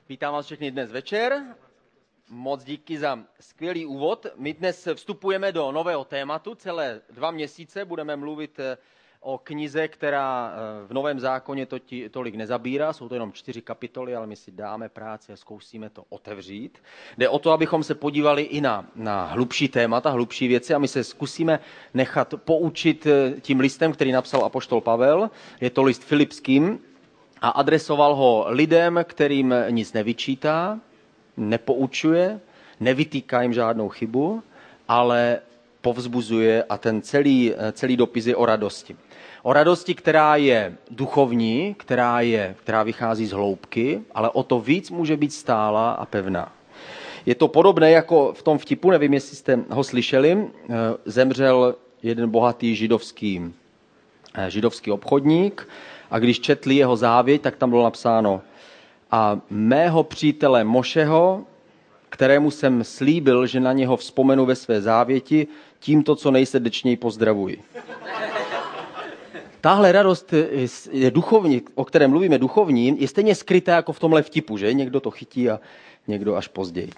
Vítám vás všechny dnes večer. Moc díky za skvělý úvod. My dnes vstupujeme do nového tématu. Celé 2 měsíce budeme mluvit o knize, která v Novém zákoně tolik nezabírá. Jsou to jenom 4 kapitoly, ale my si dáme práci a zkusíme to otevřít. Jde o to, abychom se podívali i na hlubší témata, hlubší věci a my se zkusíme nechat poučit tím listem, který napsal apoštol Pavel. Je to list Filipským a adresoval ho lidem, kterým nic nevyčítá, nepoučuje, nevytýká jim žádnou chybu, ale povzbuzuje a ten celý dopis je o radosti. O radosti, která je duchovní, která vychází z hloubky, ale o to víc může být stálá a pevná. Je to podobné jako v tom vtipu, nevím, jestli jste ho slyšeli, zemřel jeden bohatý židovský obchodník a když četli jeho závěť, tak tam bylo napsáno: a mého přítele Mošeho, kterému jsem slíbil, že na něho vzpomenu ve své závěti, tímto co nejsrdečněji pozdravuji. Tahle radost je duchovní, o které mluvíme duchovní, je stejně skrytá jako v tomhle vtipu, že? Někdo to chytí a někdo až později.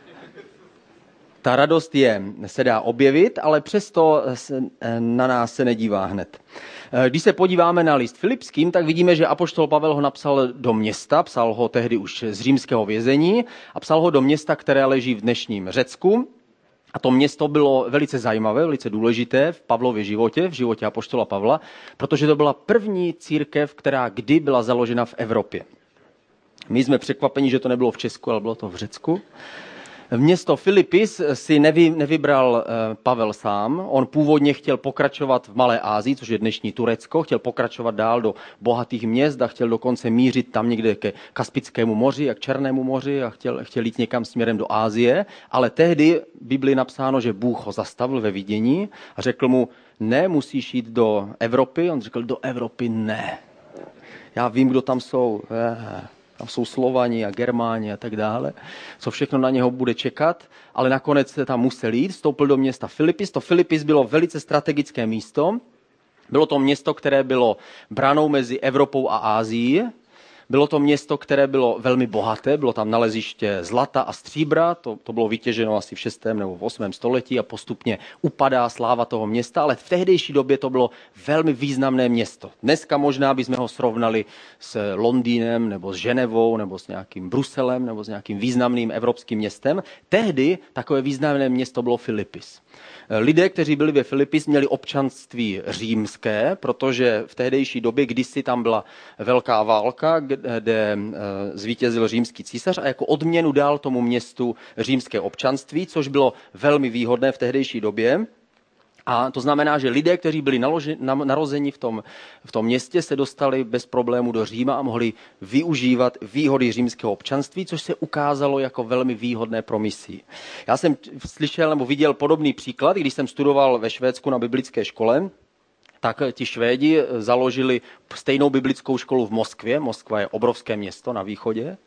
Ta radost se dá objevit, ale přesto na nás se nedívá hned. Když se podíváme na list Filipským, tak vidíme, že apoštol Pavel ho napsal do města, psal ho tehdy už z římského vězení a psal ho do města, které leží v dnešním Řecku. A to město bylo velice zajímavé, velice důležité v Pavlově životě, v životě apoštola Pavla, protože to byla první církev, která kdy byla založena v Evropě. My jsme překvapeni, že to nebylo v Česku, ale bylo to v Řecku. Město Filipis si nevybral Pavel sám. On původně chtěl pokračovat v Malé Asii, což je dnešní Turecko, chtěl pokračovat dál do bohatých měst a chtěl dokonce mířit tam někde ke Kaspickému moři a k Černému moři a chtěl jít někam směrem do Asie, ale tehdy v Biblii napsáno, že Bůh ho zastavil ve vidění a řekl mu: ne, musíš jít do Evropy. On řekl: do Evropy ne. Já vím, kdo tam jsou. Tam jsou Slovani a Germáni a tak dále, co všechno na něho bude čekat, ale nakonec se tam musel jít, vstoupil do města Filipis. To Filipis bylo velice strategické místo. Bylo to město, které bylo branou mezi Evropou a Ázií. Bylo to město, které bylo velmi bohaté, bylo tam naleziště zlata a stříbra, to bylo vytěženo asi v 6. nebo v 8. století a postupně upadá sláva toho města, ale v tehdejší době to bylo velmi významné město. Dneska možná bychom ho srovnali s Londýnem nebo s Ženevou nebo s nějakým Bruselem nebo s nějakým významným evropským městem. Tehdy takové významné město bylo Filipis. Lidé, kteří byli ve Filipis, měli občanství římské, protože v tehdejší době kdysi tam byla velká válka, kde zvítězil římský císař a jako odměnu dal tomu městu římské občanství, což bylo velmi výhodné v tehdejší době. A to znamená, že lidé, kteří byli narozeni v tom městě, se dostali bez problému do Říma a mohli využívat výhody římského občanství, což se ukázalo jako velmi výhodné pro misii. Já jsem slyšel nebo viděl podobný příklad, když jsem studoval ve Švédsku na biblické škole, tak ti Švédi založili stejnou biblickou školu v Moskvě. Moskva je obrovské město na východě.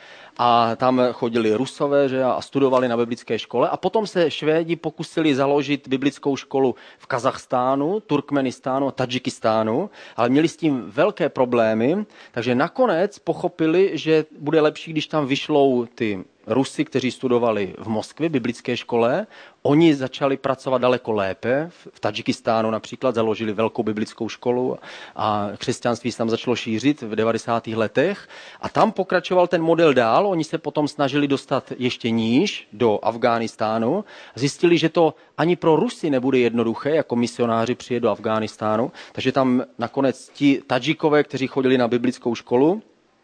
A tam chodili Rusové, že, a studovali na biblické škole. A potom se Švédi pokusili založit biblickou školu v Kazachstánu, Turkmenistánu a Tadžikistánu, ale měli s tím velké problémy, takže nakonec pochopili, že bude lepší, když tam vyšlou ty Rusy, kteří studovali v Moskvě, biblické škole. Oni začali pracovat daleko lépe. V Tadžikistánu například založili velkou biblickou školu a křesťanství se tam začalo šířit v 90. letech. A tam pokračoval ten model dál. Oni se potom snažili dostat ještě níž do Afghánistánu. Zjistili, že to ani pro Rusy nebude jednoduché, jako misionáři přijet do Afghánistánu. Takže tam nakonec ti Tadžikové, kteří chodili na biblickou školu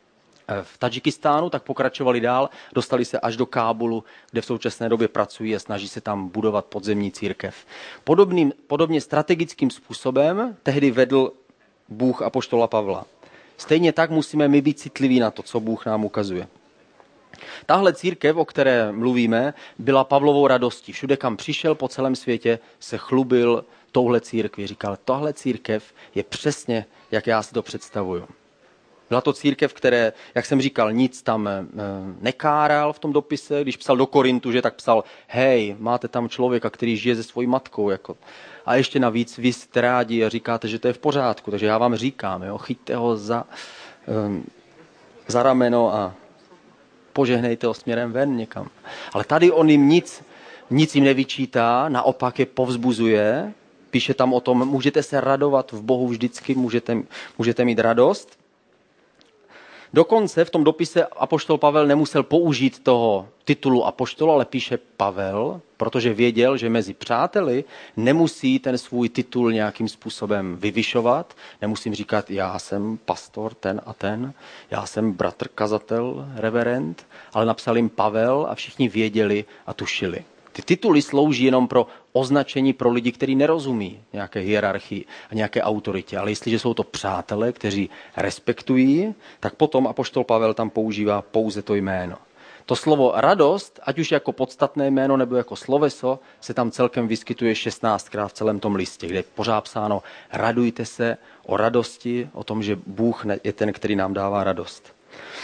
v Tadžikistánu, tak pokračovali dál, dostali se až do Kábulu, kde v současné době pracují a snaží se tam budovat podzemní církev. Podobně strategickým způsobem tehdy vedl Bůh apoštola Pavla. Stejně tak musíme my být citliví na to, co Bůh nám ukazuje. Tahle církev, o které mluvíme, byla Pavlovou radostí. Všude, kam přišel po celém světě, se chlubil touhle církví. Říkal, tohle církev je přesně, jak já si to představuju. Byla to církev, které, jak jsem říkal, nic tam nekáral v tom dopise. Když psal do Korintu, že tak psal, hej, máte tam člověka, který žije se svojí matkou. Jako. A ještě navíc vy jste rádi a říkáte, že to je v pořádku. Takže já vám říkám, jo, chyťte ho za rameno a požehnejte ho směrem ven někam. Ale tady on jim nic jim nevyčítá, naopak je povzbuzuje, píše tam o tom, můžete se radovat v Bohu vždycky, můžete mít radost. Dokonce v tom dopise apoštol Pavel nemusel použít toho titulu apoštola, ale píše Pavel, protože věděl, že mezi přáteli nemusí ten svůj titul nějakým způsobem vyvyšovat. Nemusím říkat, já jsem pastor ten a ten, já jsem bratr, kazatel, reverend, ale napsal jim Pavel a všichni věděli a tušili. Ty tituly slouží jenom pro označení pro lidi, kteří nerozumí nějaké hierarchii a nějaké autoritě. Ale jestliže jsou to přátelé, kteří respektují, tak potom apoštol Pavel tam používá pouze to jméno. To slovo radost, ať už jako podstatné jméno nebo jako sloveso, se tam celkem vyskytuje 16krát v celém tom listě, kde je pořád psáno radujte se o radosti, o tom, že Bůh je ten, který nám dává radost.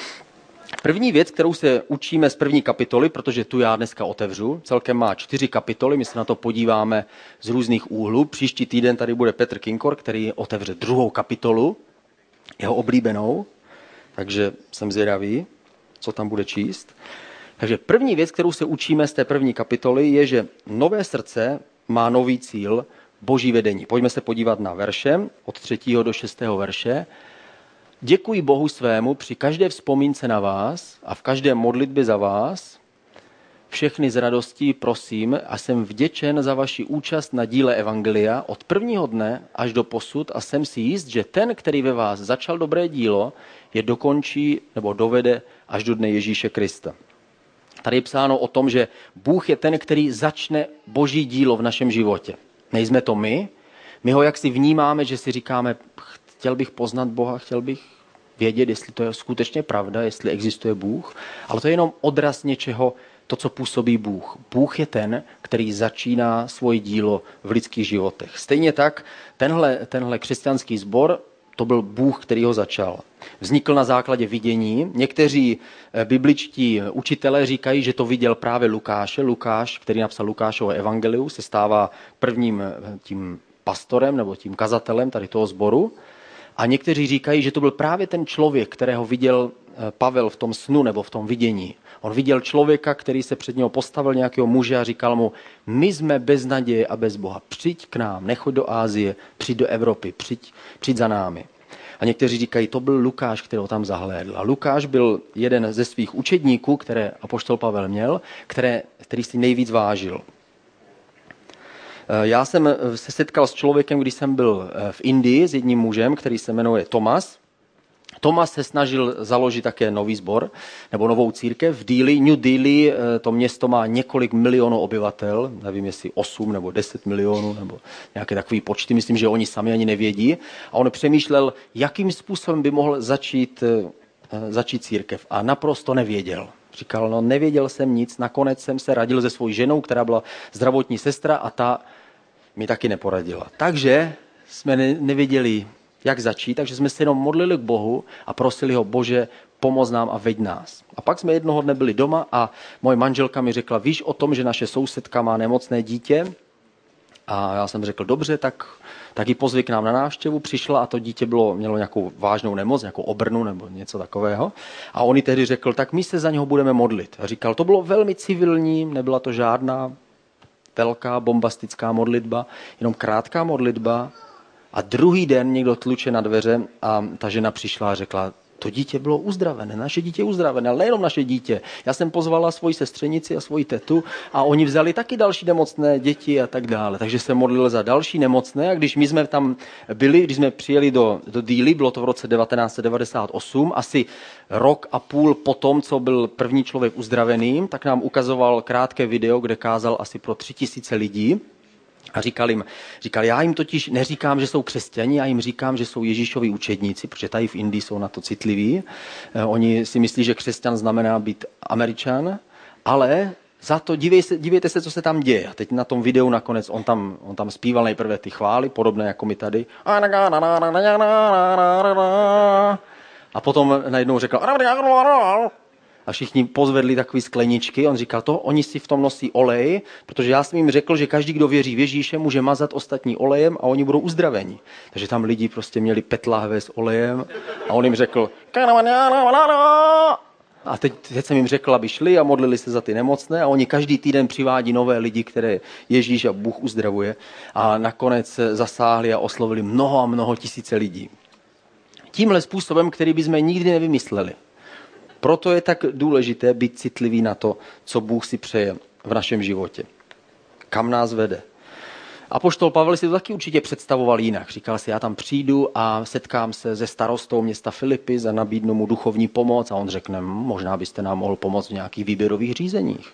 První věc, kterou se učíme z první kapitoly, protože tu já dneska otevřu, celkem má 4 kapitoly, my se na to podíváme z různých úhlů. Příští týden tady bude Petr Kinkor, který otevře 2. kapitolu, jeho oblíbenou, takže jsem zvědavý, co tam bude číst. Takže první věc, kterou se učíme z té první kapitoly, je, že nové srdce má nový cíl, boží vedení. Pojďme se podívat na verše od 3. do 6. verše. Děkuji Bohu svému při každé vzpomínce na vás a v každé modlitbě za vás. Všechny s radostí prosím a jsem vděčen za vaši účast na díle Evangelia od prvního dne až do posud a jsem si jist, že ten, který ve vás začal dobré dílo, je dokončí nebo dovede až do dne Ježíše Krista. Tady je psáno o tom, že Bůh je ten, který začne boží dílo v našem životě. Nejsme to my ho jaksi vnímáme, že si říkáme, chtěl bych poznat Boha, chtěl bych vědět, jestli to je skutečně pravda, jestli existuje Bůh, ale to je jenom odraz něčeho, to, co působí Bůh. Bůh je ten, který začíná svoje dílo v lidských životech. Stejně tak tenhle křesťanský sbor, to byl Bůh, který ho začal. Vznikl na základě vidění. Někteří bibličtí učitelé říkají, že to viděl právě Lukáš, který napsal Lukášovo evangelium, se stává prvním tím pastorem nebo tím kazatelem tady toho sboru. A někteří říkají, že to byl právě ten člověk, kterého viděl Pavel v tom snu nebo v tom vidění. On viděl člověka, který se před něho postavil, nějakého muže a říkal mu, my jsme bez naděje a bez Boha, přijď k nám, nechoď do Asie, přijď do Evropy, přijď za námi. A někteří říkají, to byl Lukáš, kterého tam zahlédl. A Lukáš byl jeden ze svých učedníků, které apoštol Pavel měl, který si nejvíc vážil. Já jsem se setkal s člověkem, když jsem byl v Indii, s jedním mužem, který se jmenuje Thomas. Thomas se snažil založit také nový sbor, nebo novou církev v Dili. New Delhi, to město má několik milionů obyvatel, nevím jestli 8 nebo 10 milionů, nebo nějaké takové počty, myslím, že oni sami ani nevědí. A on přemýšlel, jakým způsobem by mohl začít církev a naprosto nevěděl. Říkal, no nevěděl jsem nic, nakonec jsem se radil se svou ženou, která byla zdravotní sestra a ta mi taky neporadila. Takže jsme nevěděli, jak začít, takže jsme se jenom modlili k Bohu a prosili ho, Bože, pomoz nám a veď nás. A pak jsme jednoho dne byli doma a moje manželka mi řekla, víš o tom, že naše sousedka má nemocné dítě? A já jsem řekl, dobře, tak ji pozvi k nám na návštěvu, přišla a to dítě mělo nějakou vážnou nemoc, nějakou obrnu nebo něco takového. A on jí tehdy řekl, tak my se za něho budeme modlit. A říkal, to bylo velmi civilní, nebyla to žádná velká bombastická modlitba, jenom krátká modlitba. A druhý den někdo tluče na dveře a ta žena přišla a řekla, to dítě bylo uzdravené, naše dítě je uzdravené, ale nejenom naše dítě. Já jsem pozvala svoji sestřenici a svoji tetu a oni vzali taky další nemocné děti a tak dále. Takže se modlil za další nemocné a když my jsme tam byli, když jsme přijeli do Dili, bylo to v roce 1998, asi rok a půl potom, co byl první člověk uzdravený, tak nám ukazoval krátké video, kde kázal asi pro 3000 lidí. A říkal, já jim totiž neříkám, že jsou křesťani, já jim říkám, že jsou Ježíšovi učedníci, protože tady v Indii jsou na to citliví. Oni si myslí, že křesťan znamená být Američan, ale za to dívejte se, co se tam děje. A teď na tom videu nakonec on tam zpíval nejprve ty chvály, podobné jako my tady. A potom najednou řekl a všichni pozvedli takové skleničky. On říkal, oni si v tom nosí olej, protože já jsem jim řekl, že každý, kdo věří v Ježíše, může mazat ostatní olejem a oni budou uzdraveni. Takže tam lidi prostě měli PET lahve s olejem a on jim řekl A teď jsem jim řekl, aby šli a modlili se za ty nemocné a oni každý týden přivádí nové lidi, které Ježíš a Bůh uzdravuje. A nakonec zasáhli a oslovili mnoho a mnoho tisíce lidí. Tímhle způsobem, který bychom nikdy nevymysleli. Proto je tak důležité být citlivý na to, co Bůh si přeje v našem životě. Kam nás vede. Apoštol Pavel si to taky určitě představoval jinak. Říkal si, já tam přijdu a setkám se se starostou města Filipy a nabídnu mu duchovní pomoc a on řekne, možná byste nám mohl pomoct v nějakých výběrových řízeních.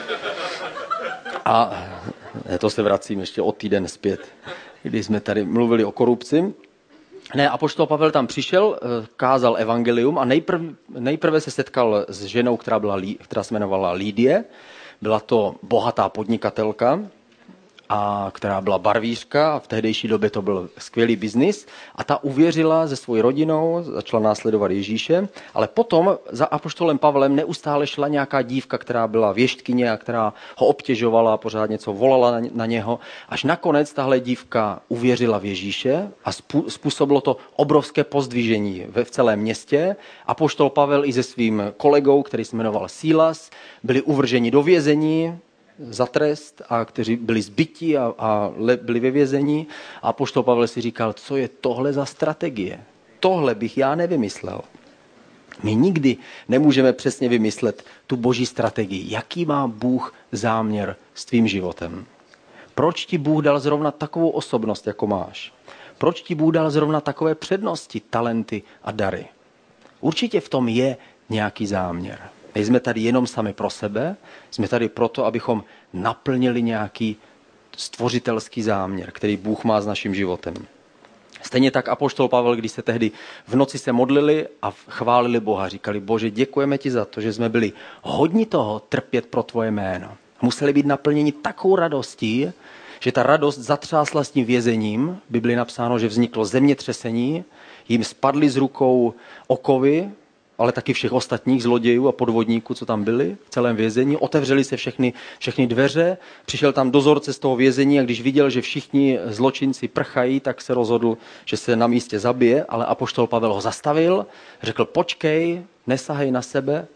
A to se vracím ještě o týden zpět, kdy jsme tady mluvili o korupci. Ne, apoštol Pavel tam přišel, kázal evangelium a nejprve se setkal s ženou, která se jmenovala Lídie. Byla to bohatá podnikatelka, a která byla barvířka a v tehdejší době to byl skvělý biznis a ta uvěřila se svou rodinou, začala následovat Ježíše, ale potom za apoštolem Pavlem neustále šla nějaká dívka, která byla věštkyně a která ho obtěžovala, pořád něco volala na něho, až nakonec tahle dívka uvěřila v Ježíše a způsobilo to obrovské pozdvižení v celém městě. Apoštol Pavel i se svým kolegou, který se jmenoval Sílas, byli uvrženi do vězení za trest a kteří byli zbyti a byli ve vězení. A apoštol Pavel si říkal, co je tohle za strategie? Tohle bych já nevymyslel. My nikdy nemůžeme přesně vymyslet tu boží strategii. Jaký má Bůh záměr s tvým životem? Proč ti Bůh dal zrovna takovou osobnost, jako máš? Proč ti Bůh dal zrovna takové přednosti, talenty a dary? Určitě v tom je nějaký záměr. Nejsme tady jenom sami pro sebe, jsme tady proto, abychom naplnili nějaký stvořitelský záměr, který Bůh má s naším životem. Stejně tak apoštol Pavel, když se tehdy v noci se modlili a chválili Boha, říkali, Bože, děkujeme ti za to, že jsme byli hodni toho trpět pro tvoje jméno. Museli být naplněni takovou radostí, že ta radost zatřásla s tím vězením. V Biblii napsáno, že vzniklo zemětřesení, jim spadly z rukou okovy, ale taky všech ostatních zlodějů a podvodníků, co tam byli v celém vězení. Otevřeli se všechny dveře, přišel tam dozorce z toho vězení a když viděl, že všichni zločinci prchají, tak se rozhodl, že se na místě zabije, ale apoštol Pavel ho zastavil, řekl, počkej, nesahej na sebe,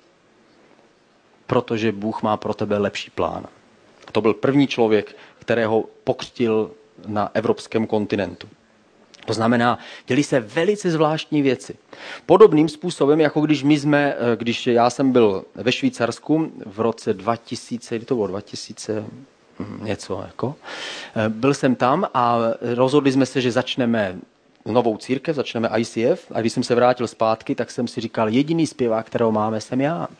protože Bůh má pro tebe lepší plán. A to byl první člověk, kterého pokřtil na evropském kontinentu. To znamená, dělí se velice zvláštní věci. Podobným způsobem, jako když já jsem byl ve Švýcarsku v roce 2000, to bylo 2000 něco, jako, byl jsem tam a rozhodli jsme se, že začneme novou církev, začneme ICF a když jsem se vrátil zpátky, tak jsem si říkal, jediný zpěvák, kterého máme, jsem já.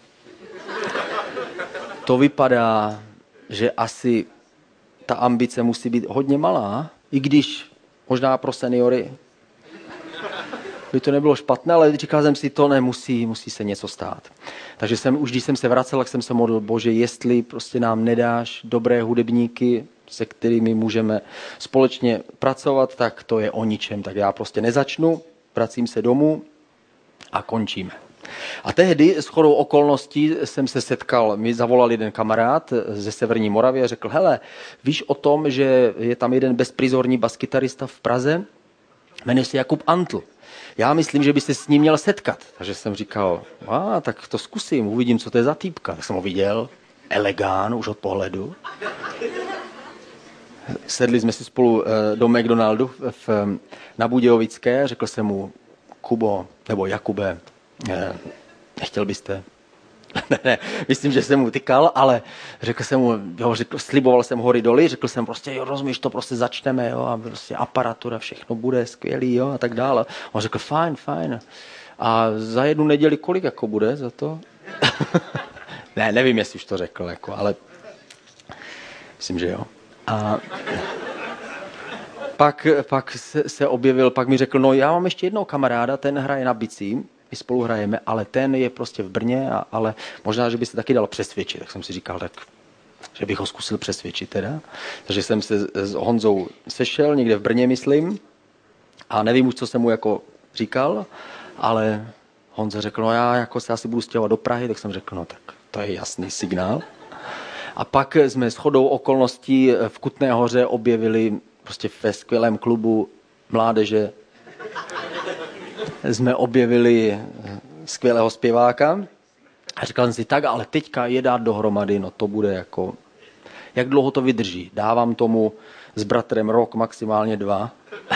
To vypadá, že asi ta ambice musí být hodně malá, i když možná pro seniory by to nebylo špatné, ale říkal jsem si, to musí se něco stát. Takže když jsem se vracel, tak jsem se modlil, Bože, jestli prostě nám nedáš dobré hudebníky, se kterými můžeme společně pracovat, tak to je o ničem. Tak já prostě nezačnu, vracím se domů a končíme. A tehdy shodou okolností jsem se setkal, mi zavolal jeden kamarád ze Severní Moravy a řekl, hele, víš o tom, že je tam jeden bezprizorní baskytarista v Praze, jmenuje se Jakub Antl. Já myslím, že by se s ním měl setkat. Takže jsem říkal, tak to zkusím, uvidím, co to je za týpka. Tak jsem ho viděl, elegán už od pohledu. Sedli jsme si spolu do McDonaldu na Budějovické, řekl jsem mu, Kubo, nebo Jakube, nechtěl byste? ne, myslím, že jsem mu tykal, ale řekl jsem mu, sliboval jsem hory doly, řekl jsem prostě, jo, rozumíš, to prostě začneme, jo, a prostě aparatura, všechno bude skvělý, jo, a tak dále. On řekl, fajn. A za jednu neděli kolik jako bude za to? Ne, nevím, jestli už to řekl, jako, ale myslím, že jo. A pak se objevil, pak mi řekl, no já mám ještě jednoho kamaráda, ten hraje na bicí, my spolu hrajeme, ale ten je prostě v Brně, ale možná, že by se taky dal přesvědčit. Tak jsem si říkal, tak, že bych ho zkusil přesvědčit teda. Takže jsem se s Honzou sešel někde v Brně, myslím, a nevím už, co jsem mu jako říkal, ale Honza řekl, no já jako se asi budu stěhovat do Prahy, tak jsem řekl, no tak to je jasný signál. A pak jsme shodou okolností v Kutné Hoře objevili prostě ve skvělém klubu mládeže jsme objevili skvělého zpěváka A říkal jsem si, tak, ale teďka je dát dohromady, no to bude jako, jak dlouho to vydrží. Dávám tomu s bratrem rok, maximálně 2.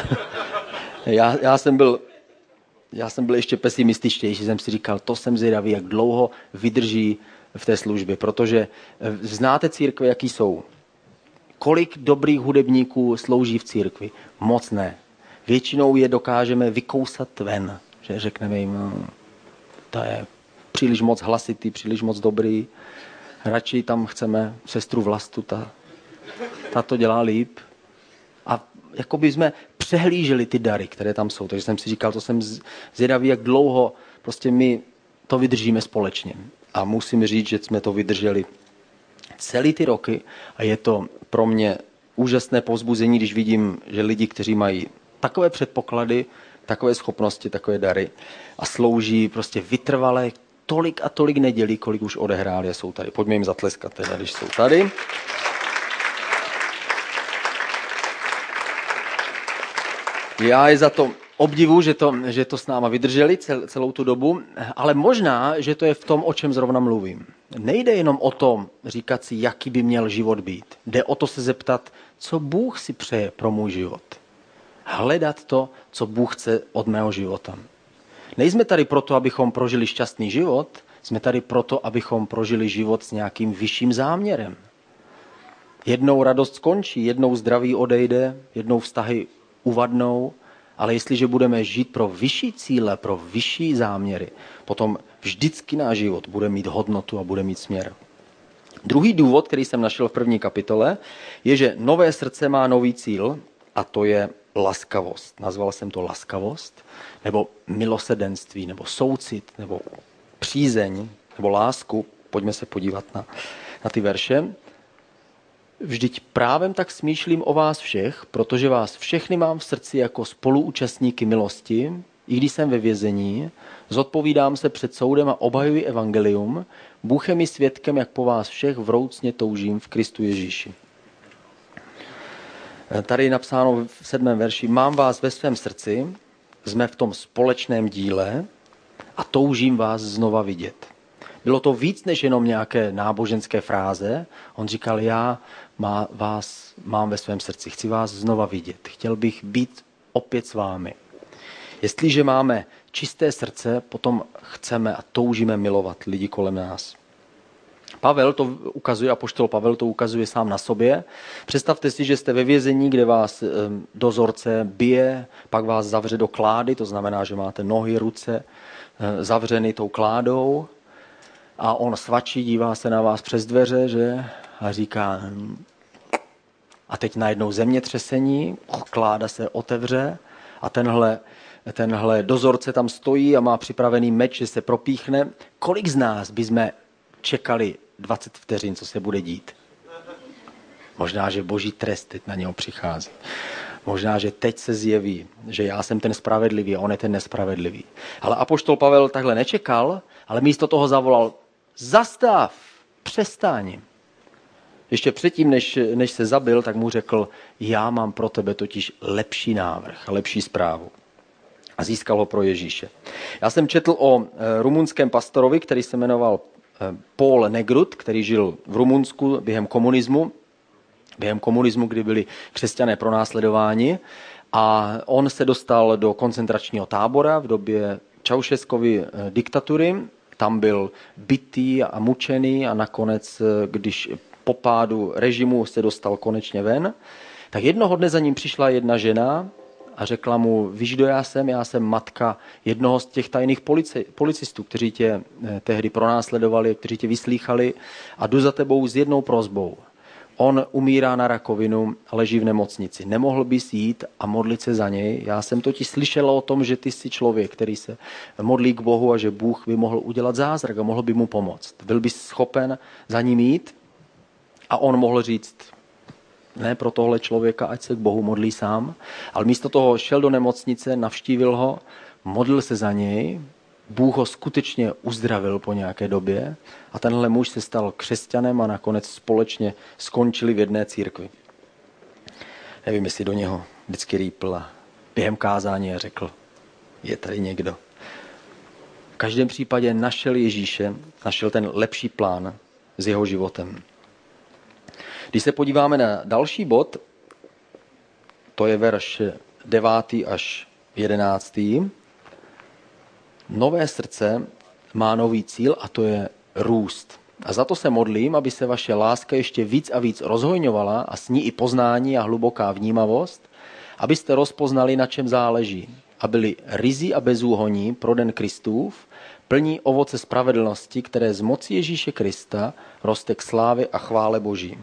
Já jsem byl ještě pesimističtější, jsem si říkal, to jsem zvědavý, jak dlouho vydrží v té službě, protože znáte církve, jaký jsou. Kolik dobrých hudebníků slouží v církvi? Moc ne. Většinou je dokážeme vykousat ven, že řekneme jim, no, to je příliš moc hlasitý, příliš moc dobrý, radši tam chceme sestru Vlastu, ta to dělá líp. A jako by jsme přehlíželi ty dary, které tam jsou. Takže jsem si říkal, to jsem zvědavý, jak dlouho prostě my to vydržíme společně. A musím říct, že jsme to vydrželi celý ty roky a je to pro mě úžasné povzbuzení, když vidím, že lidi, kteří mají takové předpoklady, takové schopnosti, takové dary a slouží prostě vytrvale tolik a tolik nedělí, kolik už odehráli a jsou tady. Pojďme jim zatleskat teda, když jsou tady. Já je za to obdivu, že to s náma vydrželi celou tu dobu, ale možná, že to je v tom, o čem zrovna mluvím. Nejde jenom o tom říkat si, jaký by měl život být. Jde o to se zeptat, co Bůh si přeje pro můj život. Hledat to, co Bůh chce od mého života. Nejsme tady proto, abychom prožili šťastný život, jsme tady proto, abychom prožili život s nějakým vyšším záměrem. Jednou radost skončí, jednou zdraví odejde, jednou vztahy uvadnou, ale jestliže budeme žít pro vyšší cíle, pro vyšší záměry, potom vždycky náš život bude mít hodnotu a bude mít směr. Druhý důvod, který jsem našel v 1. kapitole, je, že nové srdce má nový cíl a to je laskavost. Nazval jsem to laskavost, nebo milosrdenství, nebo soucit, nebo přízeň, nebo lásku. Pojďme se podívat na ty verše. Vždyť právem tak smýšlím o vás všech, protože vás všechny mám v srdci jako spoluúčastníky milosti, i když jsem ve vězení, zodpovídám se před soudem a obhajuji evangelium, Bůh je mi svědkem, jak po vás všech vroucně toužím v Kristu Ježíši. Tady je napsáno v 7. verši, mám vás ve svém srdci, jsme v tom společném díle a toužím vás znova vidět. Bylo to víc než jenom nějaké náboženské fráze. On říkal, já vás mám ve svém srdci, chci vás znova vidět. Chtěl bych být opět s vámi. Jestliže máme čisté srdce, potom chceme a toužíme milovat lidi kolem nás. Pavel to ukazuje, apoštol Pavel to ukazuje sám na sobě. Představte si, že jste ve vězení, kde vás dozorce bije, pak vás zavře do klády, to znamená, že máte nohy, ruce zavřeny tou kládou a on svačí, dívá se na vás přes dveře, že? A říká, a teď najednou zemětřesení, kláda se otevře a tenhle dozorce tam stojí a má připravený meč, že se propíchne. Kolik z nás bychom čekali 20 vteřin, co se bude dít? Možná, že boží trest teď na něho přichází. Možná, že teď se zjeví, že já jsem ten spravedlivý a on je ten nespravedlivý. Ale apoštol Pavel takhle nečekal, ale místo toho zavolal, zastav, přestaň. Ještě předtím, než se zabil, tak mu řekl, já mám pro tebe totiž lepší návrh, lepší zprávu. A získal ho pro Ježíše. Já jsem četl o rumunském pastorovi, který se jmenoval Paul Negrut, který žil v Rumunsku během komunismu, kdy byli křesťané pronásledováni. A on se dostal do koncentračního tábora v době Čaušeskovy diktatury. Tam byl bitý a mučený a nakonec, když po pádu režimu se dostal konečně ven, tak jednoho dne za ním přišla jedna žena a řekla mu, víš, kdo já jsem? Já jsem matka jednoho z těch tajných policistů, kteří tě tehdy pronásledovali, kteří tě vyslýchali a jdu za tebou s jednou prosbou. On umírá na rakovinu a leží v nemocnici. Nemohl bys jít a modlit se za něj? Já jsem totiž slyšela o tom, že ty jsi člověk, který se modlí k Bohu a že Bůh by mohl udělat zázrak a mohl by mu pomoct. Byl bys schopen za ním jít? A on mohl říct, ne pro tohle člověka, ať se k Bohu modlí sám, ale místo toho šel do nemocnice, navštívil ho, modlil se za něj, Bůh ho skutečně uzdravil po nějaké době a tenhle muž se stal křesťanem a nakonec společně skončili v jedné církvi. Nevím, jestli do něho vždycky rýpl a během kázání řekl, je tady někdo. každém případě našel Ježíše, našel ten lepší plán s jeho životem. Když se podíváme na další bod, to je verš 9. až 11. Nové srdce má nový cíl a to je růst. A za to se modlím, aby se vaše láska ještě víc a víc rozhojňovala a s ní i poznání a hluboká vnímavost, abyste rozpoznali, na čem záleží a byli ryzí a bezúhonní pro den Kristův, plní ovoce spravedlnosti, které z moci Ježíše Krista roste k slávě a chvále Boží.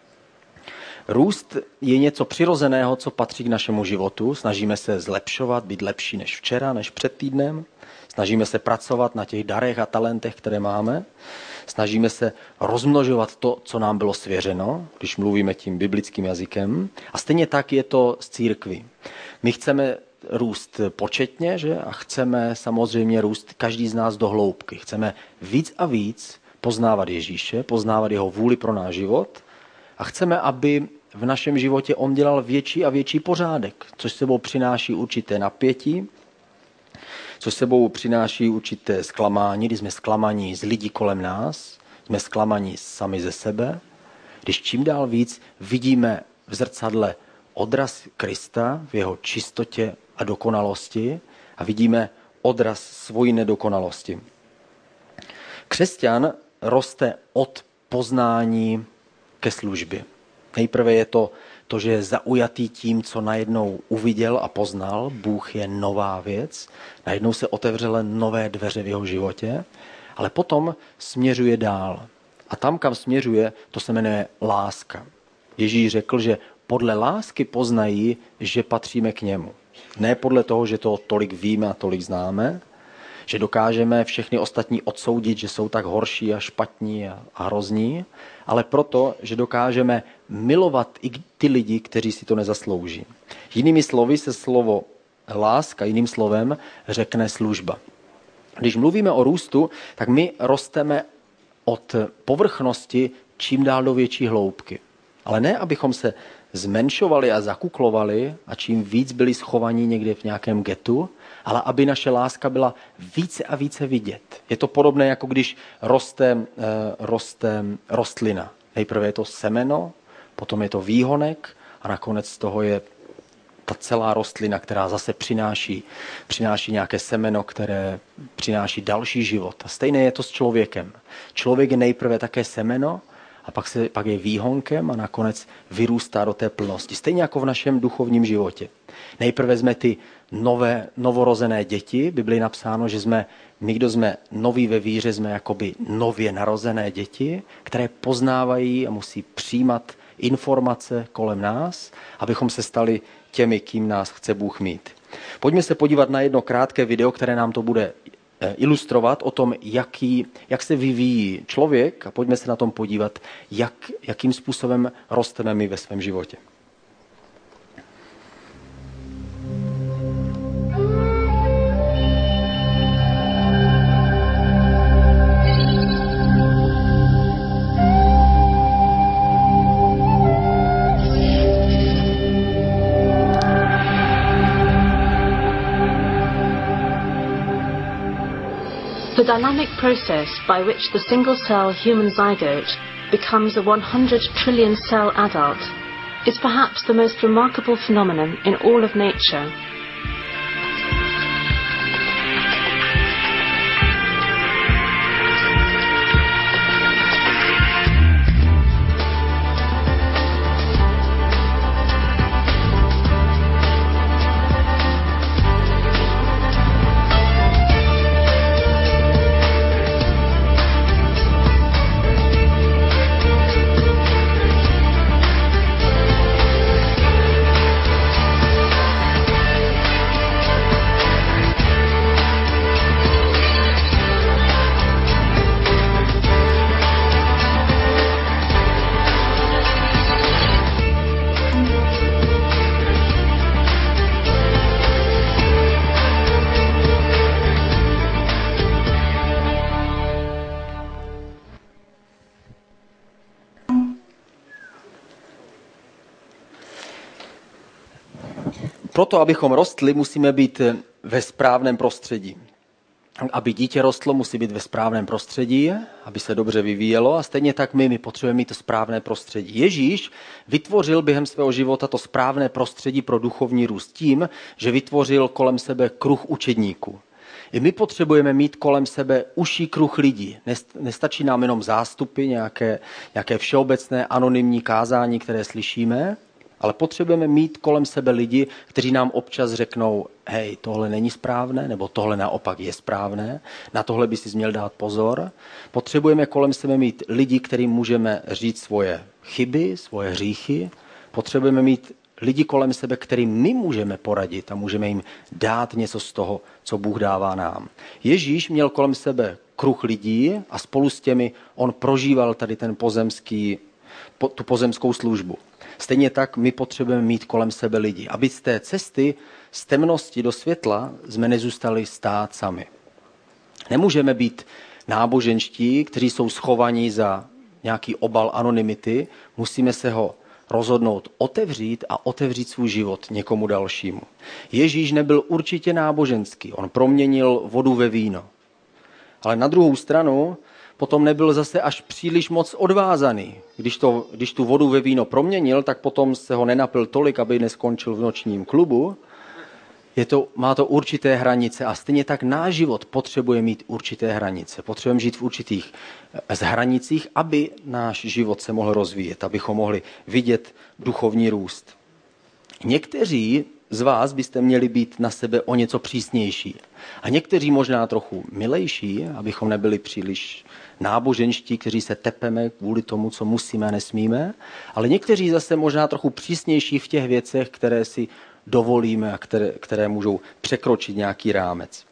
Růst je něco přirozeného, co patří k našemu životu. Snažíme se zlepšovat, být lepší než včera, než před týdnem. Snažíme se pracovat na těch darech a talentech, které máme. Snažíme se rozmnožovat to, co nám bylo svěřeno, když mluvíme tím biblickým jazykem. A stejně tak je to z církví. My chceme růst početně, že? A chceme samozřejmě růst každý z nás do hloubky. Chceme víc a víc poznávat Ježíše, poznávat jeho vůli pro náš život a chceme, aby v našem životě on dělal větší a větší pořádek, což sebou přináší určité napětí, což sebou přináší určité zklamání, když jsme zklamaní z lidí kolem nás, jsme zklamaní sami ze sebe, když čím dál víc vidíme v zrcadle odraz Krista v jeho čistotě a dokonalosti a vidíme odraz svojí nedokonalosti. Křesťan roste od poznání ke službě. Nejprve je to, že je zaujatý tím, co najednou uviděl a poznal. Bůh je nová věc. Najednou se otevřely nové dveře v jeho životě, ale potom směřuje dál. A tam, kam směřuje, to se jmenuje láska. Ježíš řekl, že podle lásky poznají, že patříme k němu. Ne podle toho, že to tolik víme a tolik známe, že dokážeme všechny ostatní odsoudit, že jsou tak horší a špatní a hrozní, ale proto, že dokážeme milovat i ty lidi, kteří si to nezaslouží. Jinými slovy se slovo láska, jiným slovem řekne služba. Když mluvíme o růstu, tak my rosteme od povrchnosti čím dál do větší hloubky. Ale ne, abychom se zmenšovali a zakuklovali a čím víc byli schovaní někde v nějakém getu, ale aby naše láska byla více a více vidět. Je to podobné, jako když roste rostlina. Nejprve je to semeno, potom je to výhonek a nakonec z toho je ta celá rostlina, která zase přináší nějaké semeno, které přináší další život. A stejné je to s člověkem. Člověk je nejprve také semeno, a pak je výhonkem a nakonec vyrůstá do té plnosti. Stejně jako v našem duchovním životě. Nejprve jsme ty novorozené děti. V Biblii je napsáno, že my, kdo jsme noví ve víře, jsme jakoby nově narozené děti, které poznávají a musí přijímat informace kolem nás, abychom se stali těmi, kým nás chce Bůh mít. Pojďme se podívat na jedno krátké video, které nám to bude ilustrovat o tom, jak se vyvíjí člověk a pojďme se na tom podívat, jakým způsobem rosteme my ve svém životě. The dynamic process by which the single-cell human zygote becomes a 100 trillion cell adult is perhaps the most remarkable phenomenon in all of nature. Proto, abychom rostli, musíme být ve správném prostředí. aby dítě rostlo, musí být ve správném prostředí, aby se dobře vyvíjelo a stejně tak my potřebujeme mít to správné prostředí. Ježíš vytvořil během svého života to správné prostředí pro duchovní růst tím, že vytvořil kolem sebe kruh učedníků. I my potřebujeme mít kolem sebe užší kruh lidí. Nestačí nám jenom zástupy, nějaké všeobecné anonymní kázání, které slyšíme, ale potřebujeme mít kolem sebe lidi, kteří nám občas řeknou, hej, tohle není správné, nebo tohle naopak je správné, na tohle by si měl dát pozor. Potřebujeme kolem sebe mít lidi, kterým můžeme říct svoje chyby, svoje hříchy. Potřebujeme mít lidi kolem sebe, kterým my můžeme poradit a můžeme jim dát něco z toho, co Bůh dává nám. Ježíš měl kolem sebe kruh lidí a spolu s těmi on prožíval tady tu pozemskou službu. Stejně tak my potřebujeme mít kolem sebe lidi, aby z té cesty z temnosti do světla jsme nezůstali stát sami. Nemůžeme být náboženští, kteří jsou schovaní za nějaký obal anonymity, musíme se ho rozhodnout otevřít a otevřít svůj život někomu dalšímu. Ježíš nebyl určitě náboženský, on proměnil vodu ve víno. Ale na druhou stranu potom nebyl zase až příliš moc odvázaný. Když tu vodu ve víno proměnil, tak potom se ho nenapil tolik, aby neskončil v nočním klubu. Má to určité hranice a stejně tak náš život potřebuje mít určité hranice. Potřebujeme žít v určitých hranicích, aby náš život se mohl rozvíjet, abychom mohli vidět duchovní růst. Někteří z vás byste měli být na sebe o něco přísnější. A někteří možná trochu milejší, abychom nebyli příliš náboženští, kteří se tepeme kvůli tomu, co musíme a nesmíme. Ale někteří zase možná trochu přísnější v těch věcech, které si dovolíme a které můžou překročit nějaký rámec.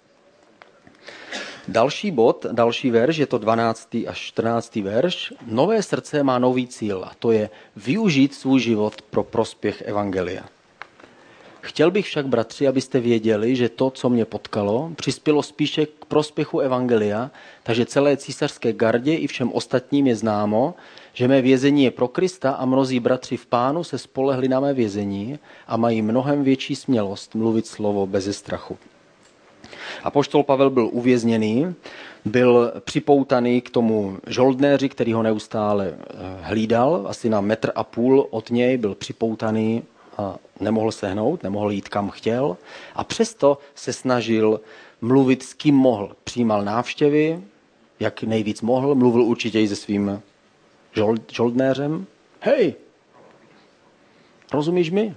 Další bod, další verš, je to 12. až 14. verš. Nové srdce má nový cíl a to je využít svůj život pro prospěch evangelia. Chtěl bych však, bratři, abyste věděli, že to, co mě potkalo, přispělo spíše k prospěchu evangelia, takže celé císařské gardě i všem ostatním je známo, že mé vězení je pro Krista a mnozí bratři v Pánu se spolehli na mé vězení a mají mnohem větší smělost mluvit slovo beze strachu. Apoštol Pavel byl uvězněný, byl připoutaný k tomu žoldnéři, který ho neustále hlídal, asi na 1,5 metru od něj byl připoutaný a nemohl se hnout, nemohl jít kam chtěl a přesto se snažil mluvit s kým mohl. Přijímal návštěvy, jak nejvíc mohl, mluvil určitě i se svým žoldnéřem. Hej, rozumíš mi?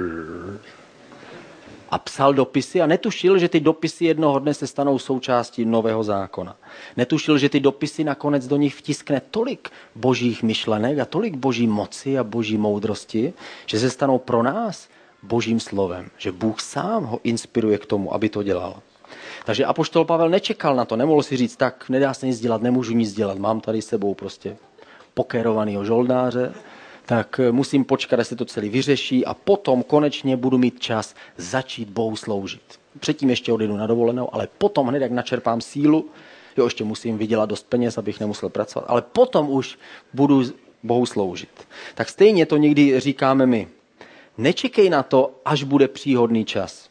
A psal dopisy a netušil, že ty dopisy jednoho dne se stanou součástí nového zákona. Netušil, že ty dopisy nakonec do nich vtiskne tolik božích myšlenek a tolik boží moci a boží moudrosti, že se stanou pro nás božím slovem. Že Bůh sám ho inspiruje k tomu, aby to dělal. Takže apoštol Pavel nečekal na to, nemohl si říct, tak nedá se nic dělat, nemůžu nic dělat, mám tady s sebou prostě pokérovanýho žoldáře, tak musím počkat, až se to celé vyřeší a potom konečně budu mít čas začít Bohu sloužit. Předtím ještě odjedu na dovolenou, ale potom hned, jak načerpám sílu, ještě musím vydělat dost peněz, abych nemusel pracovat, ale potom už budu Bohu sloužit. Tak stejně to někdy říkáme my. Nečekej na to, až bude příhodný čas,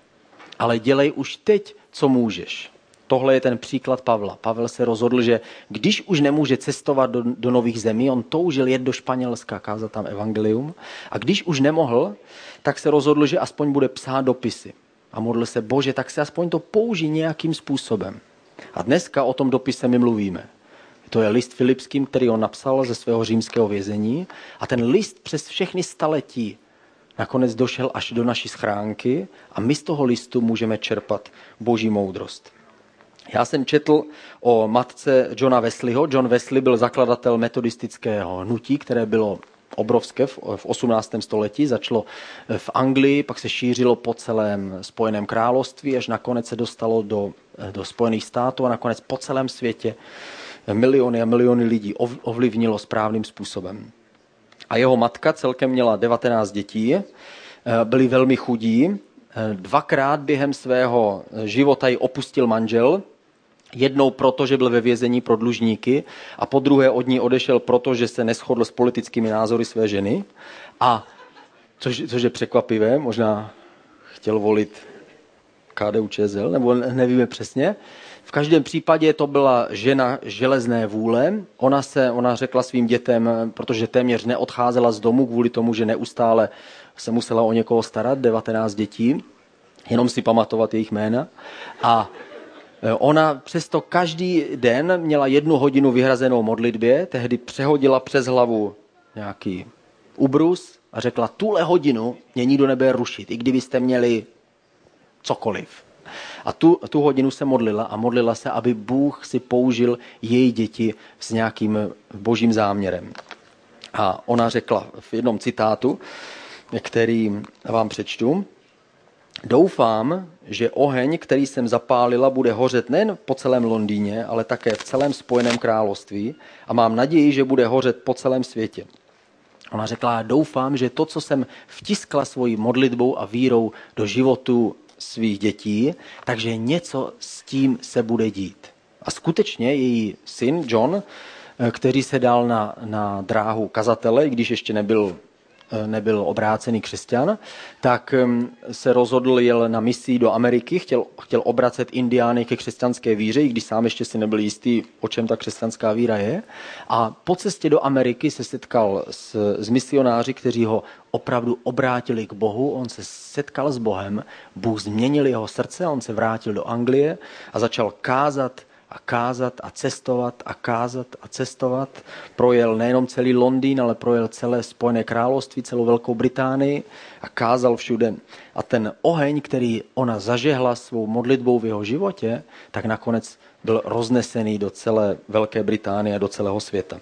ale dělej už teď, co můžeš. Tohle je ten příklad Pavla. Pavel se rozhodl, že když už nemůže cestovat do nových zemí, on toužil jet do Španělska, kázat tam evangelium, a když už nemohl, tak se rozhodl, že aspoň bude psát dopisy. A modlil se, Bože, tak se aspoň to použij nějakým způsobem. A dneska o tom dopise my mluvíme. To je list Filipským, který on napsal ze svého římského vězení. A ten list přes všechny staletí nakonec došel až do naší schránky a my z toho listu můžeme čerpat boží moudrost. Já jsem četl o matce Johna Wesleyho. John Wesley byl zakladatel metodistického hnutí, které bylo obrovské v 18. století. Začalo v Anglii, pak se šířilo po celém Spojeném království, až nakonec se dostalo do Spojených států a nakonec po celém světě miliony a miliony lidí ovlivnilo správným způsobem. A jeho matka celkem měla 19 dětí, byli velmi chudí. 2krát během svého života ji opustil manžel, jednou proto, že byl ve vězení pro dlužníky a po druhé od ní odešel proto, že se neshodl s politickými názory své ženy. A což je překvapivé, možná chtěl volit KDU-ČSL, nebo nevíme přesně. V každém případě to byla žena železné vůle. Ona řekla svým dětem, protože téměř neodcházela z domu kvůli tomu, že neustále se musela o někoho starat, 19 dětí, jenom si pamatovat jejich jména. A ona přesto každý den měla 1 hodinu vyhrazenou modlitbě, tehdy přehodila přes hlavu nějaký ubrus a řekla, tuhle hodinu mě nikdo nebude rušit, i kdybyste měli cokoliv. A tu hodinu se modlila a modlila se, aby Bůh si použil její děti s nějakým božím záměrem. A ona řekla v jednom citátu, který vám přečtu, doufám, že oheň, který jsem zapálila, bude hořet nejen po celém Londýně, ale také v celém Spojeném království a mám naději, že bude hořet po celém světě. Ona řekla, doufám, že to, co jsem vtiskla svojí modlitbou a vírou do životu svých dětí, takže něco s tím se bude dít. A skutečně její syn John, který se dal na dráhu kazatele, i když ještě nebyl obrácený křesťan, tak se rozhodl, jel na misi do Ameriky, chtěl obracet Indiány ke křesťanské víře, i když sám ještě si nebyl jistý, o čem ta křesťanská víra je. A po cestě do Ameriky se setkal s misionáři, kteří ho opravdu obrátili k Bohu. On se setkal s Bohem, Bůh změnil jeho srdce, on se vrátil do Anglie a začal kázat a cestovat a kázat a cestovat. Projel nejenom celý Londýn, ale projel celé Spojené království, celou Velkou Británii a kázal všude. A ten oheň, který ona zažehla svou modlitbou v jeho životě, tak nakonec byl roznesený do celé Velké Británie a do celého světa.